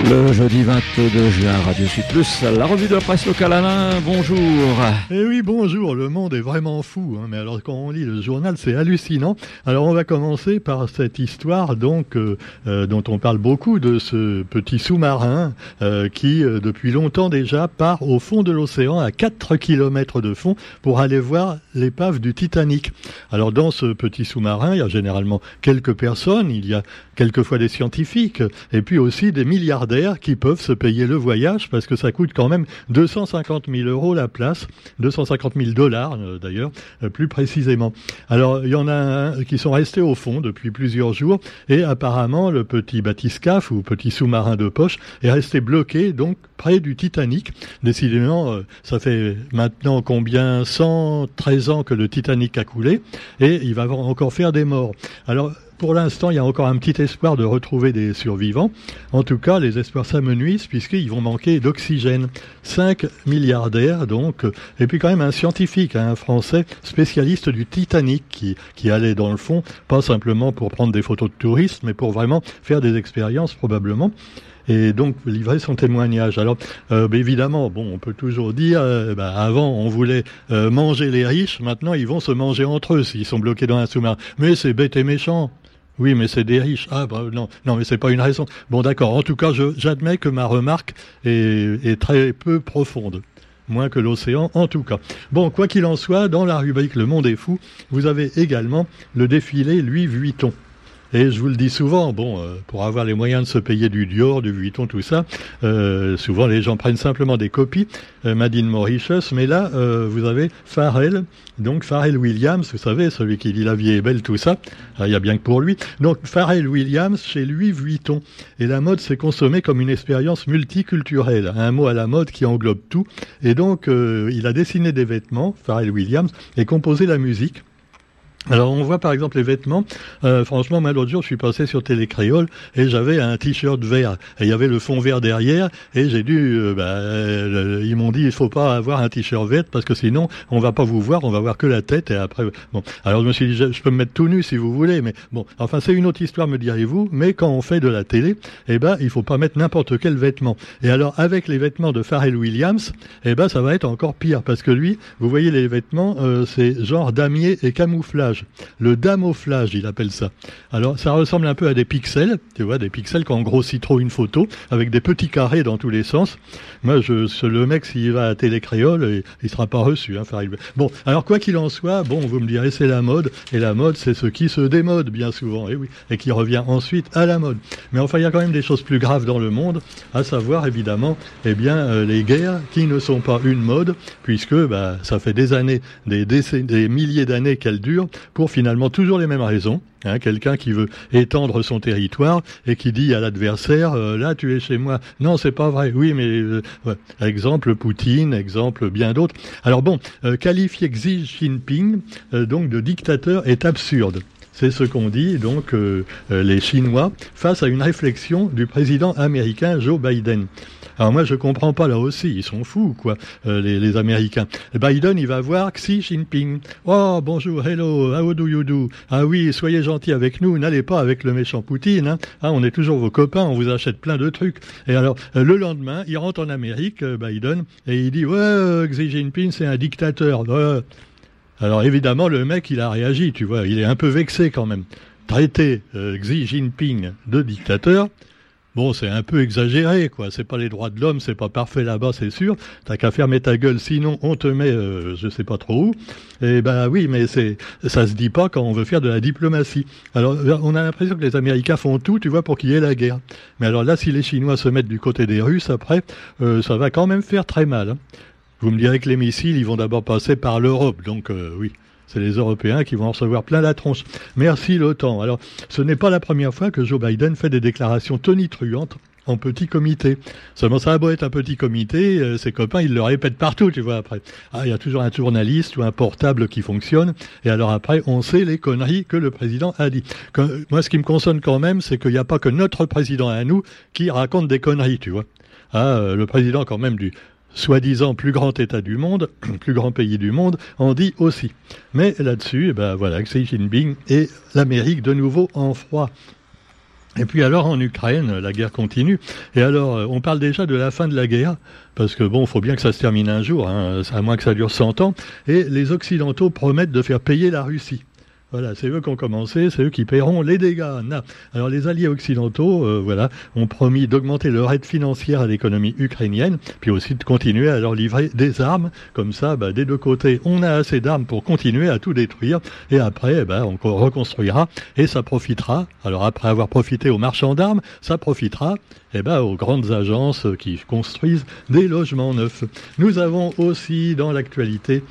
Le jeudi 22 juin, Radio Sud Plus, la revue de presse locale. Alain, bonjour. Eh oui, bonjour, le monde est vraiment fou, mais alors quand on lit le journal, c'est hallucinant. Alors on va commencer par cette histoire dont on parle beaucoup, de ce petit sous-marin qui, depuis longtemps déjà, part au fond de l'océan, à 4 km de fond, pour aller voir l'épave du Titanic. Alors dans ce petit sous-marin, il y a généralement quelques personnes, il y a quelquefois des scientifiques, et puis aussi des milliardaires qui peuvent se payer le voyage, parce que ça coûte quand même 250 000 € la place, 250 000 $ d'ailleurs, plus précisément. Alors il y en a qui sont restés au fond depuis plusieurs jours, et apparemment le petit bathyscaphe ou petit sous-marin de poche est resté bloqué donc près du Titanic. Décidément, ça fait maintenant combien, 113 ans que le Titanic a coulé, et il va encore faire des morts. Alors pour l'instant, il y a encore un petit espoir de retrouver des survivants. En tout cas, les espoirs s'amenuisent puisqu'ils vont manquer d'oxygène. 5 milliardaires, donc, et puis quand même un scientifique, un Français spécialiste du Titanic qui allait dans le fond, pas simplement pour prendre des photos de touristes, mais pour vraiment faire des expériences probablement. Et donc livrer son témoignage. Alors évidemment, bon, on peut toujours dire, avant on voulait manger les riches, maintenant ils vont se manger entre eux s'ils sont bloqués dans un sous-marin. Mais c'est bête et méchant. Oui, mais c'est des riches. Ah, non, mais c'est pas une raison. Bon, d'accord. En tout cas, j'admets que ma remarque est très peu profonde. Moins que l'océan, en tout cas. Bon, quoi qu'il en soit, dans la rubrique Le Monde est fou, vous avez également le défilé Louis Vuitton. Et je vous le dis souvent, pour avoir les moyens de se payer du Dior, du Vuitton, tout ça, souvent les gens prennent simplement des copies, Made in Mauritius, mais là, vous avez Pharrell Williams, vous savez, celui qui dit La vie est belle, tout ça, il y a bien que pour lui. Donc Pharrell Williams chez Louis Vuitton. Et la mode s'est consommée comme une expérience multiculturelle, un mot à la mode qui englobe tout. Et donc, il a dessiné des vêtements, Pharrell Williams, et composé la musique. Alors on voit par exemple les vêtements, franchement moi l'autre jour je suis passé sur Télécréole et j'avais un t-shirt vert et il y avait le fond vert derrière et j'ai dû, ils m'ont dit il faut pas avoir un t-shirt vert parce que sinon on va pas vous voir, on va voir que la tête et après, bon, alors je me suis dit je peux me mettre tout nu si vous voulez, mais bon, enfin c'est une autre histoire me direz-vous, mais quand on fait de la télé, il faut pas mettre n'importe quel vêtement. Et alors avec les vêtements de Pharrell Williams, ça va être encore pire parce que lui, vous voyez les vêtements, c'est genre damier et camouflage. Le damouflage, il appelle ça. Alors, ça ressemble un peu à des pixels, tu vois, des pixels quand on grossit trop une photo, avec des petits carrés dans tous les sens. Moi, le mec, s'il va à Télécréole, il sera pas reçu, hein, Farid. Bon, alors quoi qu'il en soit, vous me direz, c'est la mode, et la mode, c'est ce qui se démode, bien souvent, et oui, et qui revient ensuite à la mode. Mais enfin, il y a quand même des choses plus graves dans le monde, à savoir, évidemment, les guerres qui ne sont pas une mode, puisque, ça fait des années, des milliers d'années qu'elles durent, pour finalement toujours les mêmes raisons. Quelqu'un qui veut étendre son territoire et qui dit à l'adversaire là tu es chez moi. Non, c'est pas vrai. Oui, mais ouais. Exemple Poutine, exemple bien d'autres. Alors qualifier Xi Jinping donc de dictateur est absurde. C'est ce qu'ont dit donc les Chinois face à une réflexion du président américain Joe Biden. Alors moi je comprends pas là aussi, ils sont fous quoi, les Américains. Biden il va voir Xi Jinping. Oh bonjour, hello, how do you do? Ah oui, soyez gentils avec nous, n'allez pas avec le méchant Poutine. Hein. Ah on est toujours vos copains, on vous achète plein de trucs. Et alors le lendemain, il rentre en Amérique, Biden, et il dit ouais Xi Jinping c'est un dictateur. Alors évidemment le mec il a réagi, tu vois, il est un peu vexé quand même. Traiter Xi Jinping de dictateur. Bon, c'est un peu exagéré, quoi. C'est pas les droits de l'homme, c'est pas parfait là-bas, c'est sûr. T'as qu'à fermer ta gueule, sinon on te met, je sais pas trop où. Et oui, mais ça se dit pas quand on veut faire de la diplomatie. Alors, on a l'impression que les Américains font tout, tu vois, pour qu'il y ait la guerre. Mais alors là, si les Chinois se mettent du côté des Russes, après, ça va quand même faire très mal. Hein. Vous me direz que les missiles, ils vont d'abord passer par l'Europe, donc oui. C'est les Européens qui vont en recevoir plein la tronche. Merci l'OTAN. Alors, ce n'est pas la première fois que Joe Biden fait des déclarations tonitruantes en petit comité. Seulement, ça a beau être un petit comité, ses copains, ils le répètent partout, tu vois, après. Ah, il y a toujours un journaliste ou un portable qui fonctionne, et alors après, on sait les conneries que le président a dit. Moi, ce qui me consonne quand même, c'est qu'il n'y a pas que notre président à nous qui raconte des conneries, tu vois. Ah, le président quand même du soi-disant plus grand État du monde, plus grand pays du monde, en dit aussi. Mais là-dessus, voilà, Xi Jinping et l'Amérique de nouveau en froid. Et puis alors en Ukraine, la guerre continue. Et alors on parle déjà de la fin de la guerre, parce que bon, faut bien que ça se termine un jour, hein, à moins que ça dure 100 ans. Et les Occidentaux promettent de faire payer la Russie. Voilà, c'est eux qui ont commencé, c'est eux qui paieront les dégâts. Alors les alliés occidentaux, ont promis d'augmenter leur aide financière à l'économie ukrainienne, puis aussi de continuer à leur livrer des armes. Comme ça, des deux côtés, on a assez d'armes pour continuer à tout détruire. Et après, on reconstruira et ça profitera. Alors après avoir profité aux marchands d'armes, ça profitera aux grandes agences qui construisent des logements neufs. Nous avons aussi dans l'actualité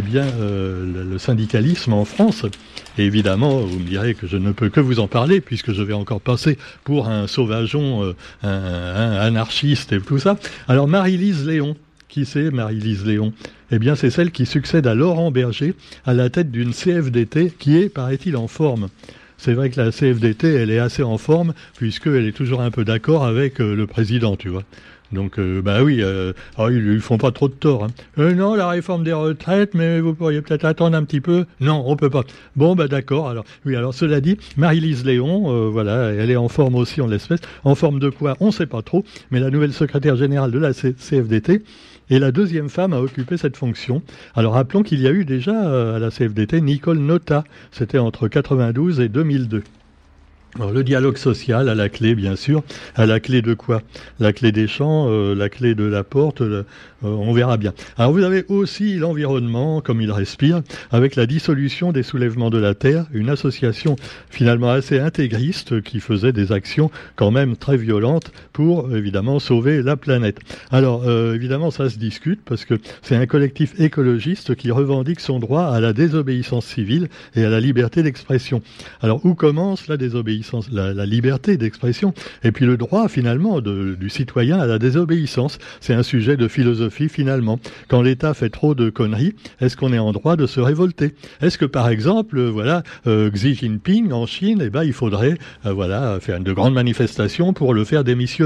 le syndicalisme en France. Et évidemment, vous me direz que je ne peux que vous en parler, puisque je vais encore passer pour un sauvageon, un anarchiste et tout ça. Alors Marie-Lise Léon, qui c'est Marie-Lise Léon ? C'est celle qui succède à Laurent Berger à la tête d'une CFDT qui est, paraît-il, en forme. C'est vrai que la CFDT, elle est assez en forme, puisqu'elle est toujours un peu d'accord avec le président, tu vois. Donc, ils lui font pas trop de tort. Non, la réforme des retraites, mais vous pourriez peut-être attendre un petit peu. Non, on peut pas. Bon, d'accord. Alors cela dit, Marie-Lise Léon, elle est en forme aussi en l'espèce. En forme de quoi ? On sait pas trop. Mais la nouvelle secrétaire générale de la CFDT est la deuxième femme à occuper cette fonction. Alors rappelons qu'il y a eu déjà à la CFDT Nicole Notat. C'était entre 92 et 2002. Alors, le dialogue social à la clé, bien sûr. À la clé de quoi ? La clé des champs, la clé de la porte, on verra bien. Alors vous avez aussi l'environnement, comme il respire, avec la dissolution des soulèvements de la Terre, une association finalement assez intégriste qui faisait des actions quand même très violentes pour, évidemment, sauver la planète. Alors, évidemment, ça se discute parce que c'est un collectif écologiste qui revendique son droit à la désobéissance civile et à la liberté d'expression. Alors, où commence la désobéissance, la liberté d'expression, et puis le droit, finalement, du citoyen à la désobéissance. C'est un sujet de philosophie, finalement. Quand l'État fait trop de conneries, est-ce qu'on est en droit de se révolter ? Est-ce que, par exemple, Xi Jinping, en Chine, il faudrait, faire de grandes manifestations pour le faire démissionner ?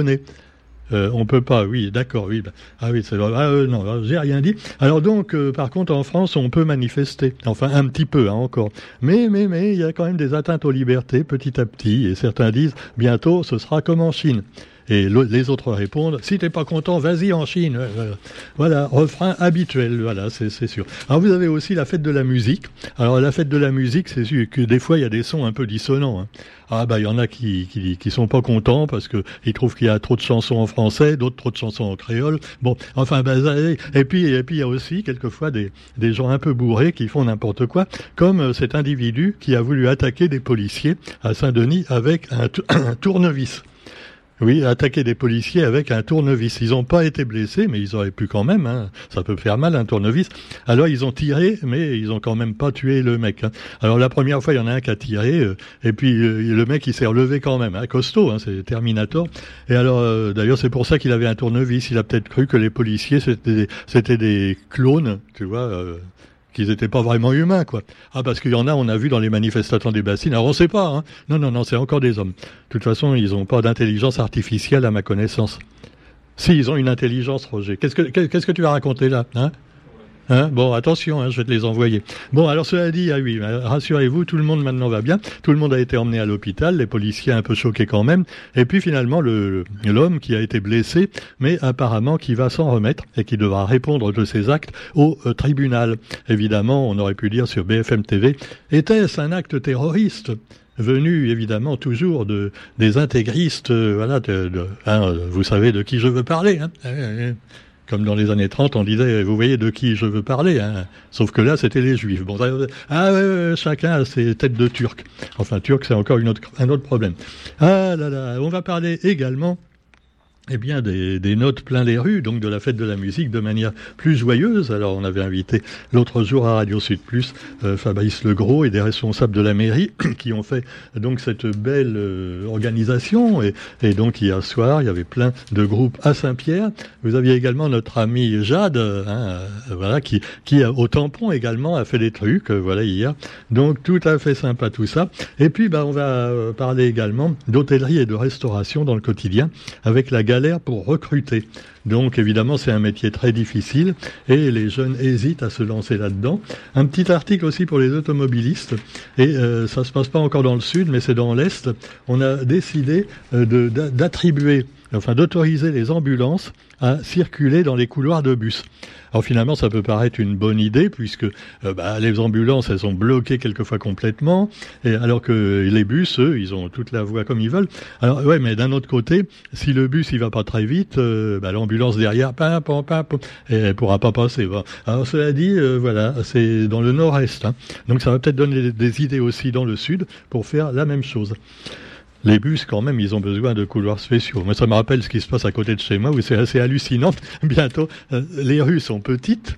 On peut pas, oui, d'accord, oui. C'est vrai. Non, j'ai rien dit. Alors donc, par contre, en France, on peut manifester. Enfin, un petit peu, encore. Mais, il y a quand même des atteintes aux libertés, petit à petit. Et certains disent, bientôt, ce sera comme en Chine. Et les autres répondent, si t'es pas content, vas-y en Chine. Voilà, refrain habituel, voilà, c'est sûr. Alors vous avez aussi la fête de la musique. Alors la fête de la musique, c'est sûr que des fois il y a des sons un peu dissonants. Il y en a qui sont pas contents parce que ils trouvent qu'il y a trop de chansons en français, d'autres trop de chansons en créole. Bon, enfin, et puis il y a aussi quelquefois des gens un peu bourrés qui font n'importe quoi, comme cet individu qui a voulu attaquer des policiers à Saint-Denis avec un tournevis. Oui, attaquer des policiers avec un tournevis. Ils n'ont pas été blessés, mais ils auraient pu quand même. Ça peut faire mal, un tournevis. Alors, ils ont tiré, mais ils ont quand même pas tué le mec. Alors, la première fois, il y en a un qui a tiré, et puis le mec, il s'est relevé quand même. Costaud, c'est Terminator. Et alors, d'ailleurs, c'est pour ça qu'il avait un tournevis. Il a peut-être cru que les policiers, c'était des clones, tu vois, qu'ils n'étaient pas vraiment humains, quoi. Parce qu'il y en a, on a vu dans les manifestations des bassines. Alors, on sait pas, Non, c'est encore des hommes. De toute façon, ils n'ont pas d'intelligence artificielle, à ma connaissance. Si, ils ont une intelligence, Roger. Qu'est-ce que tu vas raconter, là, Bon, attention, je vais te les envoyer. Bon, alors cela dit, rassurez-vous, tout le monde maintenant va bien. Tout le monde a été emmené à l'hôpital, les policiers un peu choqués quand même. Et puis finalement, l'homme qui a été blessé, mais apparemment qui va s'en remettre et qui devra répondre de ses actes au tribunal. Évidemment, on aurait pu dire sur BFM TV, était-ce un acte terroriste ? Venu évidemment toujours des intégristes, vous savez de qui je veux parler, Comme dans les années 30, on disait, vous voyez de qui je veux parler, Sauf que là, c'était les Juifs. Bon, chacun a ses têtes de Turcs. Enfin, Turc, c'est encore un autre problème. On va parler également des notes plein les rues, donc de la fête de la musique de manière plus joyeuse. Alors on avait invité l'autre jour à Radio Sud Plus Fabrice Legros et des responsables de la mairie qui ont fait donc cette belle organisation et donc hier soir il y avait plein de groupes à Saint-Pierre. Vous aviez également notre ami Jade qui au tampon également a fait des trucs hier. Donc tout à fait sympa tout ça. Et puis on va parler également d'hôtellerie et de restauration dans le quotidien avec la galère pour recruter. Donc évidemment, c'est un métier très difficile et les jeunes hésitent à se lancer là-dedans. Un petit article aussi pour les automobilistes, et ça se passe pas encore dans le sud, mais c'est dans l'est. On a décidé d'autoriser les ambulances à circuler dans les couloirs de bus. Alors finalement, ça peut paraître une bonne idée puisque les ambulances, elles sont bloquées quelquefois complètement, et alors que les bus, eux, ils ont toute la voie comme ils veulent. Alors ouais, mais d'un autre côté, si le bus il va pas très vite, l'ambulance derrière, elle pourra pas passer. Bon. Alors cela dit, c'est dans le nord-est, hein. Donc ça va peut-être donner des idées aussi dans le sud pour faire la même chose. Les bus, quand même, ils ont besoin de couloirs spéciaux. Moi, ça me rappelle ce qui se passe à côté de chez moi, où c'est assez hallucinant. Bientôt, les rues sont petites,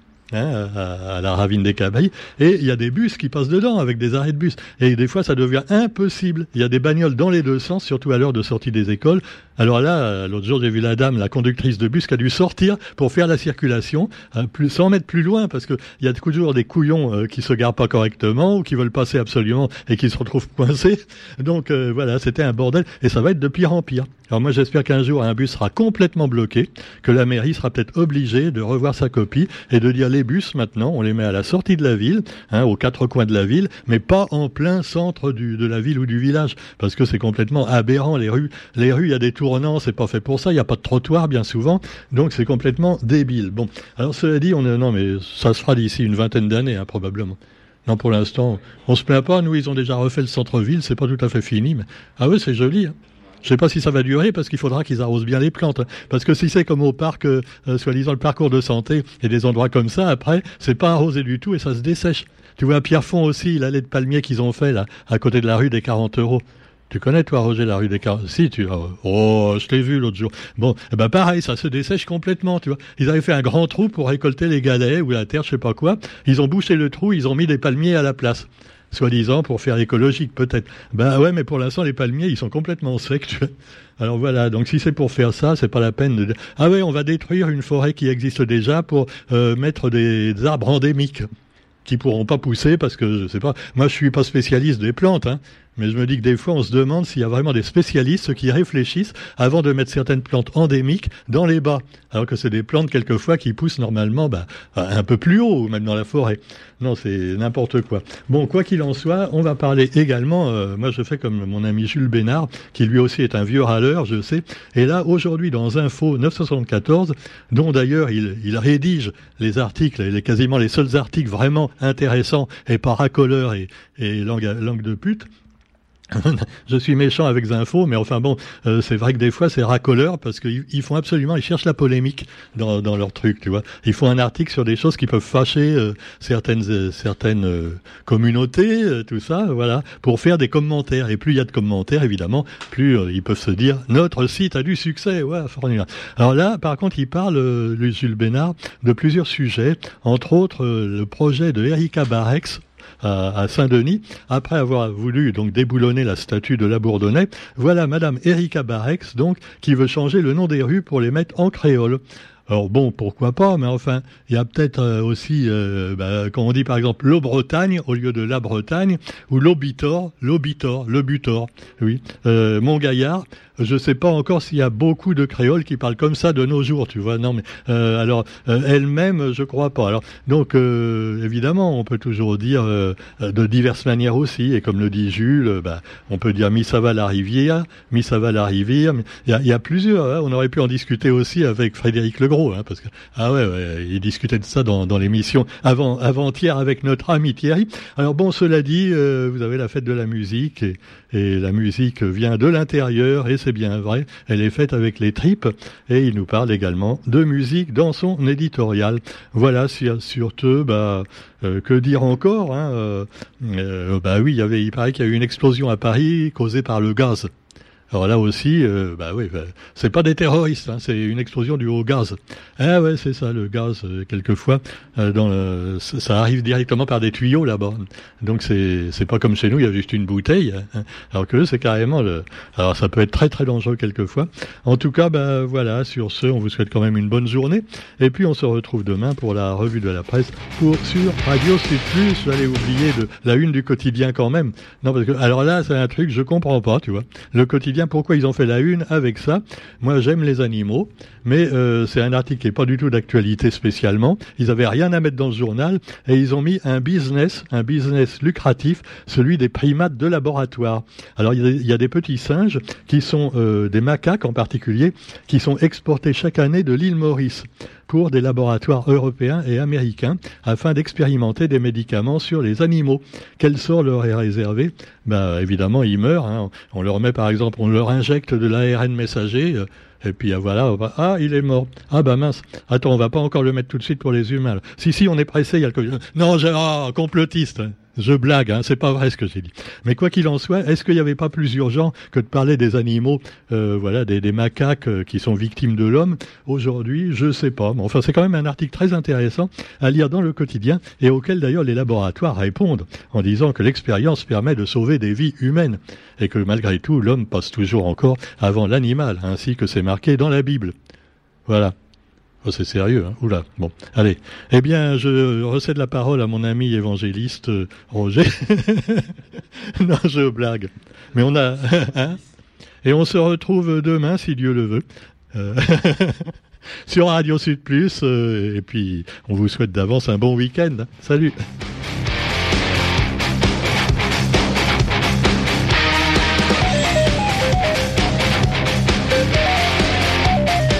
à la ravine des Cabailles, et il y a des bus qui passent dedans avec des arrêts de bus. Et des fois, ça devient impossible. Il y a des bagnoles dans les deux sens, surtout à l'heure de sortie des écoles. Alors là, l'autre jour, j'ai vu la conductrice de bus, qui a dû sortir pour faire la circulation, 100 mètres plus loin, parce que il y a toujours des couillons qui se garent pas correctement, ou qui veulent passer absolument, et qui se retrouvent coincés. Donc c'était un bordel, et ça va être de pire en pire. Alors moi, j'espère qu'un jour, un bus sera complètement bloqué, que la mairie sera peut-être obligée de revoir sa copie, et de dire les bus, maintenant, on les met à la sortie de la ville, aux quatre coins de la ville, mais pas en plein centre de la ville ou du village, parce que c'est complètement aberrant. Les rues, il y a des tournants, c'est pas fait pour ça, il n'y a pas de trottoir bien souvent, donc c'est complètement débile. Bon, alors cela dit, non mais ça se fera d'ici une vingtaine d'années, probablement. Non, pour l'instant, on se plaint pas, nous ils ont déjà refait le centre-ville, c'est pas tout à fait fini, mais oui, c'est joli, hein. Je sais pas si ça va durer parce qu'il faudra qu'ils arrosent bien les plantes. Parce que si c'est comme au parc, soi-disant le parcours de santé et des endroits comme ça, après, c'est pas arrosé du tout et ça se dessèche. Tu vois à Pierrefonds aussi, l'allée de palmiers qu'ils ont fait là, à côté de la rue des 40 €. Tu connais toi, Roger, la rue des 40 €? Si, je t'ai vu l'autre jour. Bon, pareil, ça se dessèche complètement, tu vois. Ils avaient fait un grand trou pour récolter les galets ou la terre, je sais pas quoi. Ils ont bouché le trou, ils ont mis des palmiers à la place. Soi-disant pour faire écologique peut-être. Mais pour l'instant les palmiers ils sont complètement secs. Tu vois. Alors voilà, donc si c'est pour faire ça, c'est pas la peine de... on va détruire une forêt qui existe déjà pour mettre des arbres endémiques qui pourront pas pousser parce que je sais pas. Moi je suis pas spécialiste des plantes, mais je me dis que des fois on se demande s'il y a vraiment des spécialistes qui réfléchissent avant de mettre certaines plantes endémiques dans les bas, alors que c'est des plantes quelquefois qui poussent normalement un peu plus haut, même dans la forêt. Non, c'est n'importe quoi. Bon, quoi qu'il en soit, on va parler également, moi je fais comme mon ami Jules Bénard, qui lui aussi est un vieux râleur, je sais, et là aujourd'hui dans Info 974, dont d'ailleurs il rédige les articles, quasiment les seuls articles vraiment intéressants et pas racoleurs et langue de pute. Je suis méchant avec Zinfo, mais enfin bon, c'est vrai que des fois c'est racoleur parce qu'ils font absolument, ils cherchent la polémique dans leur truc, tu vois. Ils font un article sur des choses qui peuvent fâcher certaines communautés, tout ça, voilà, pour faire des commentaires. Et plus il y a de commentaires, évidemment, plus ils peuvent se dire notre site a du succès, ouais, formidable. Alors là, par contre, il parle, Jules Bénard, de plusieurs sujets, entre autres le projet de Erika Barex à Saint-Denis, après avoir voulu donc déboulonner la statue de la Bourdonnais. Voilà Madame Erika Barex, donc, qui veut changer le nom des rues pour les mettre en créole. Alors bon, pourquoi pas, mais enfin, il y a peut-être aussi, quand on dit par exemple l'O-Bretagne au lieu de la Bretagne, ou l'Obitor, le Butor, oui, Montgaillard. Je sais pas encore s'il y a beaucoup de créoles qui parlent comme ça de nos jours, tu vois. Non, mais elle-même, je crois pas. Alors, donc, évidemment, on peut toujours dire de diverses manières aussi. Et comme le dit Jules, on peut dire mi ça va la rivière. Il y a plusieurs. On aurait pu en discuter aussi avec Frédéric Legros, parce que il discutait de ça dans l'émission avant-hier avec notre ami Thierry. Alors bon, cela dit, vous avez la fête de la musique et la musique vient de l'intérieur et c'est bien vrai, elle est faite avec les tripes et il nous parle également de musique dans son éditorial. Voilà, sur ce, que dire encore, oui, il paraît qu'il y a eu une explosion à Paris causée par le gaz. Alors là aussi, c'est pas des terroristes, c'est une explosion due au gaz. Ah ouais, c'est ça, le gaz, quelquefois, ça arrive directement par des tuyaux là-bas. Donc c'est pas comme chez nous, il y a juste une bouteille, alors que c'est carrément alors ça peut être très très dangereux quelquefois. En tout cas, voilà, sur ce, on vous souhaite quand même une bonne journée. Et puis on se retrouve demain pour la revue de la presse sur Radio Sud Plus. J'allais oublier la une du quotidien quand même. Non, parce que, alors là, c'est un truc, je comprends pas, tu vois. Le quotidien bien pourquoi ils ont fait la une avec ça. Moi, j'aime les animaux, mais c'est un article qui n'est pas du tout d'actualité spécialement. Ils n'avaient rien à mettre dans ce journal et ils ont mis un business lucratif, celui des primates de laboratoire. Alors, il y a des petits singes qui sont des macaques en particulier, qui sont exportés chaque année de l'île Maurice pour des laboratoires européens et américains afin d'expérimenter des médicaments sur les animaux. Quel sort leur est réservé ? Évidemment, ils meurent. Hein. On leur met, par exemple, on leur injecte de l'ARN messager. Et puis voilà, il est mort. Mince. Attends, on va pas encore le mettre tout de suite pour les humains. Si, on est pressé, il y a le... Non, complotiste. Je blague, hein, c'est pas vrai ce que j'ai dit. Mais quoi qu'il en soit, est-ce qu'il n'y avait pas plus urgent que de parler des animaux, des macaques qui sont victimes de l'homme aujourd'hui? Je sais pas. Mais enfin, c'est quand même un article très intéressant à lire dans le quotidien et auquel d'ailleurs les laboratoires répondent en disant que l'expérience permet de sauver des vies humaines et que malgré tout, l'homme passe toujours encore avant l'animal, ainsi que c'est marqué dans la Bible. Voilà. Oh, c'est sérieux, hein. Oula. Bon, allez. Eh bien, je recède la parole à mon ami évangéliste Roger. Non, je blague. Mais on a... Hein, et on se retrouve demain, si Dieu le veut, sur Radio Sud Plus. Et puis, on vous souhaite d'avance un bon week-end. Salut.